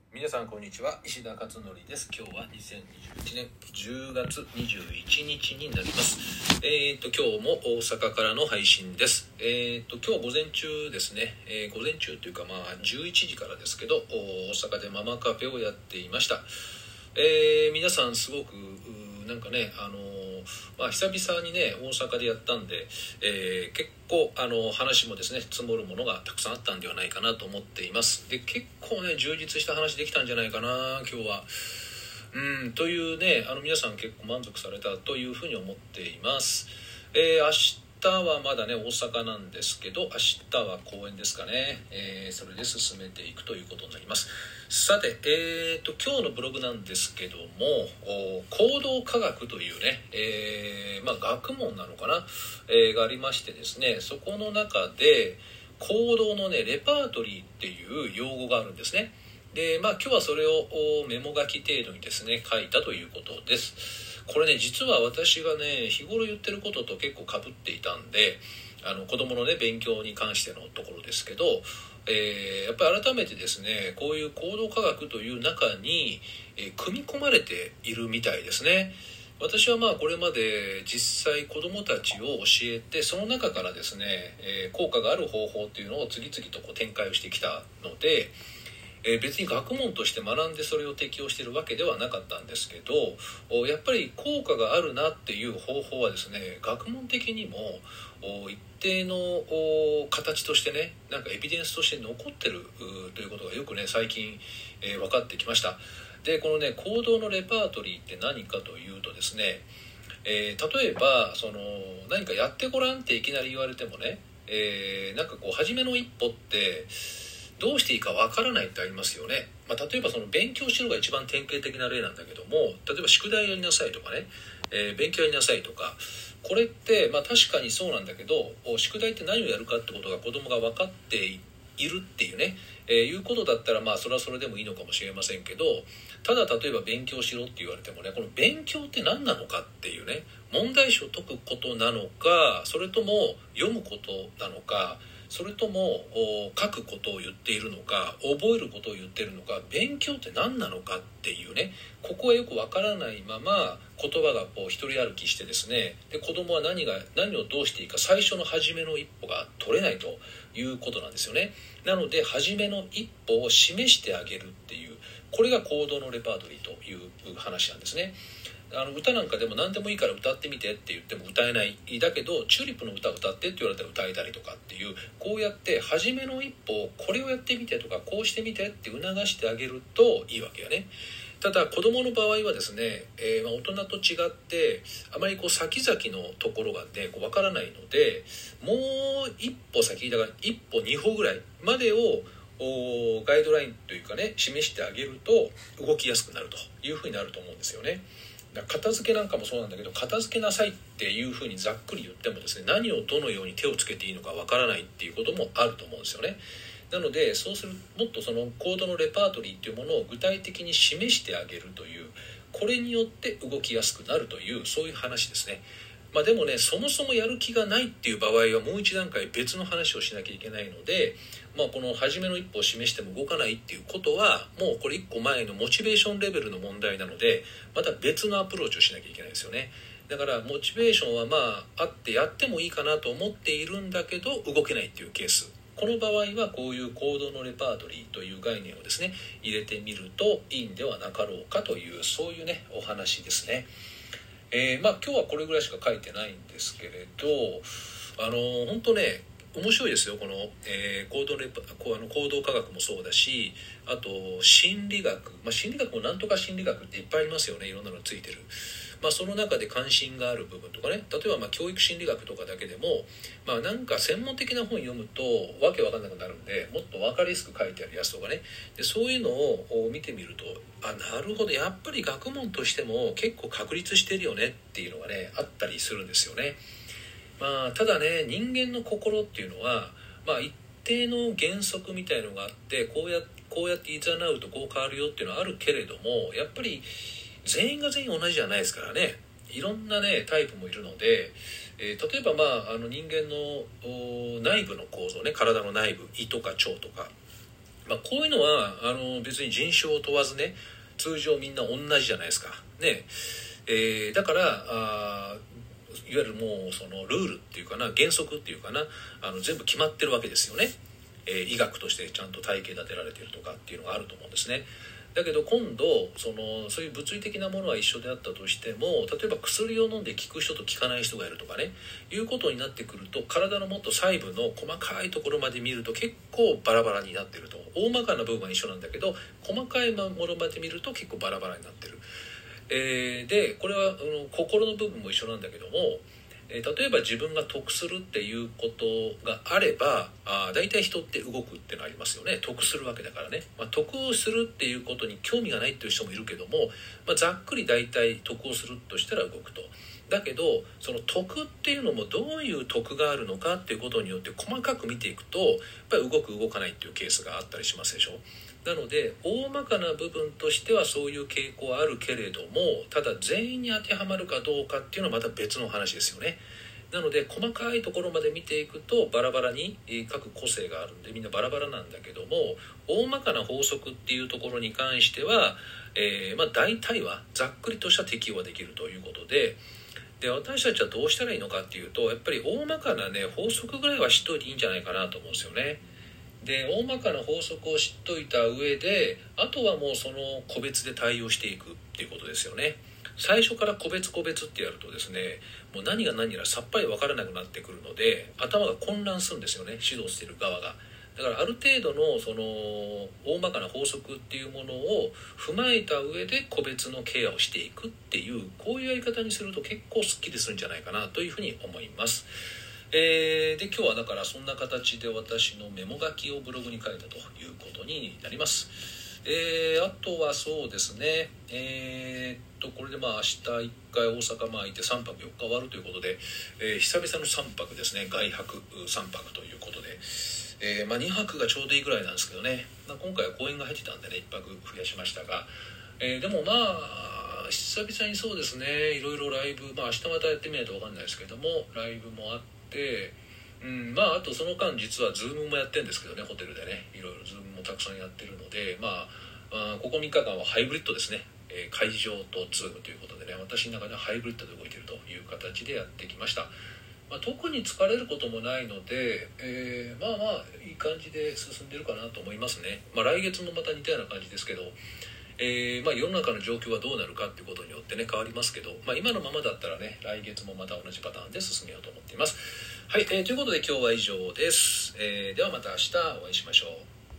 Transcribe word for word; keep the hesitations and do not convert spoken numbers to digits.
皆さんこんにちは、石田勝則です。今日はにせんにじゅういちねんじゅうがつにじゅういちにちになります。えーと今日も大阪からの配信です。えーと今日午前中ですね、えー、午前中というかまあじゅういちじからですけど、大阪でママカフェをやっていました。えー、皆さんすごくなんかね、あのーまあ、久々にね大阪でやったんで、えー、結構あの話もですね積もるものがたくさんあったんではないかなと思っています。で結構ね充実した話できたんじゃないかな今日は。うんというね、あの皆さん結構満足されたというふうに思っています。えー、明日はまだね大阪なんですけど、明日は公演ですかね、えー、それで進めていくということになります。さて、えー、と今日のブログなんですけども、行動科学というね、えーまあ、学問なのかな、えー、がありましてですね、そこの中で行動のねレパートリーっていう用語があるんですね。でまあ今日はそれをメモ書き程度にですね書いたということです。これね実は私がね日頃言ってることと結構かぶっていたんで、あの子供のね勉強に関してのところですけど、えー、やっぱり改めてですねこういう行動科学という中に、えー、組み込まれているみたいですね。私はまあこれまで実際子どもたちを教えて、その中からですね、えー、効果がある方法っていうのを次々とこう展開をしてきたので、えー、別に学問として学んでそれを適用しているわけではなかったんですけど、やっぱり効果があるなっていう方法はですね学問的にも一定の形としてね、なんかエビデンスとして残ってるということがよくね最近、えー、分かってきました。でこのね行動のレパートリーって何かというとですね、えー、例えばその何かやってごらんっていきなり言われてもね、えー、なんかこう初めの一歩ってどうしていいかわからないってありますよね。まあ、例えばその勉強しろが一番典型的な例なんだけども、例えば宿題やりなさいとかね、えー、勉強やりなさいとか、これってまあ確かにそうなんだけど、宿題って何をやるかってことが子供が分かっているっていうね、えー、いうことだったらまあそれはそれでもいいのかもしれませんけど、ただ例えば勉強しろって言われてもね、この勉強って何なのかっていうね、問題集を解くことなのか、それとも読むことなのか、それとも書くことを言っているのか、覚えることを言っているのか、勉強って何なのかっていうね、ここはよくわからないまま言葉がこう一人歩きしてですね、で子供は何が何をどうしていいか最初の初めの一歩が取れないということなんですよね。なので初めの一歩を示してあげるっていう、これが行動のレパートリーという話なんですね。あの歌なんかでも何でもいいから歌ってみてって言っても歌えない。だけどチューリップの歌を歌ってって言われたら歌えたりとかっていう、こうやって初めの一歩、これをやってみてとかこうしてみてって促してあげるといいわけよね。ただ子供の場合はですね、えーまあ、大人と違ってあまりこう先々のところがねこう分からないので、もう一歩先だから一歩二歩ぐらいまでをガイドラインというかね示してあげると動きやすくなるというふうになると思うんですよね。片付けなんかもそうなんだけど、片付けなさいっていうふうにざっくり言ってもですね、何をどのように手をつけていいのかわからないっていうこともあると思うんですよね。なのでそうするもっとそのコードのレパートリーっていうものを具体的に示してあげるという、これによって動きやすくなるという、そういう話ですね。まあ、でもねそもそもやる気がないっていう場合はもう一段階別の話をしなきゃいけないので、まあ、この初めの一歩を示しても動かないっていうことはもうこれ一個前のモチベーションレベルの問題なので、また別のアプローチをしなきゃいけないですよね。だからモチベーションはまああってやってもいいかなと思っているんだけど動けないっていうケース、この場合はこういう行動のレパートリーという概念をですね入れてみるといいんではなかろうかという、そういうねお話ですね。えー、まあ今日はこれぐらいしか書いてないんですけれど、あのー、本当ね面白いですよこの、えー、行動レパこうあの行動科学もそうだし、あと心理学、まあ、心理学もなんとか心理学っていっぱいありますよね、いろんなのついてる。まあ、その中で関心がある部分とかね、例えばまあ教育心理学とかだけでも、まあ、なんか専門的な本読むとわけわかんなくなるんで、もっと分かりやすく書いてあるやつとかね、でそういうのを見てみると、あなるほどやっぱり学問としても結構確立してるよねっていうのがねあったりするんですよね。まあただね人間の心っていうのは、まあ、一定の原則みたいのがあって、こうやこうやっていざなうとこう変わるよっていうのはあるけれども、やっぱり全員が全員同じじゃないですからね。いろんなねタイプもいるので、えー、例えばまああの人間の内部の構造ね、体の内部、胃とか腸とか、 まあ、こういうのはあの別に人種を問わずね、通常みんな同じじゃないですかね。えー、だからあいわゆるもうそのルールっていうかな、原則っていうかな、あの全部決まってるわけですよね。えー、医学としてちゃんと体系立てられているとかっていうのがあると思うんですね。だけど今度そのそういう物理的なものは一緒であったとしても、例えば薬を飲んで効く人と効かない人がいるとかね、いうことになってくると、体のもっと細部の細かいところまで見ると結構バラバラになってると。大まかな部分は一緒なんだけど、細かいものまで見ると結構バラバラになってる。えー、でこれはあの心の部分も一緒なんだけども、えー、例えば自分が得するっていうことがあれば、あ大体人って動くってのありますよね。得するわけだからね、まあ、得をするっていうことに興味がないっていう人もいるけども、まあ、ざっくり大体得をするとしたら動くと。だけどその得っていうのもどういう得があるのかっていうことによって細かく見ていくと、やっぱり動く動かないっていうケースがあったりしますでしょ。なので大まかな部分としてはそういう傾向はあるけれども、ただ全員に当てはまるかどうかっていうのはまた別の話ですよね。なので細かいところまで見ていくとバラバラに各個性があるんで、みんなバラバラなんだけども、大まかな法則っていうところに関しては、えー、まあ大体はざっくりとした適用はできるということで、で私たちはどうしたらいいのかっていうと、やっぱり大まかなね法則ぐらいは知っといていいんじゃないかなと思うんですよね。で大まかな法則を知っといた上で、あとはもうその個別で対応していくっていうことですよね。最初から個別個別ってやるとですね、もう何が何やらさっぱり分からなくなってくるので、頭が混乱するんですよね、指導している側が。だからある程度のその大まかな法則っていうものを踏まえた上で個別のケアをしていくっていう、こういうやり方にすると結構スッキリするんじゃないかなというふうに思います。えー、で今日はだからそんな形で私のメモ書きをブログに書いたということになります。えー、あとはそうですね、えー、っとこれでまあ明日いっかい大阪まあいてさんぱくよっか終わるということで、えー、久々のさんぱくですね、外泊さんぱくということで、えーまあ、にはくがちょうどいいぐらいなんですけどね、まあ、今回は公演が入ってたんでねいっぱく増やしましたが、えー、でもまあ久々にそうですね、いろいろライブ、まあ明日またやってみないと分かんないですけども、ライブもあって、うん、まああとその間実はズームもやってるんですけどね、ホテルでねいろいろズームもたくさんやってるので、まあ、あここみっかかんはハイブリッドですね、えー、会場とズームということでね、私の中ではハイブリッドで動いているという形でやってきました。まあ、特に疲れることもないので、えー、まあまあいい感じで進んでるかなと思いますね。まあ、来月もまた似たような感じですけど、えーまあ、世の中の状況はどうなるかっていうことによってね変わりますけど、まあ、今のままだったらね来月もまた同じパターンで進めようと思っています。はい、えー、ということで今日は以上です。えー、ではまた明日お会いしましょう。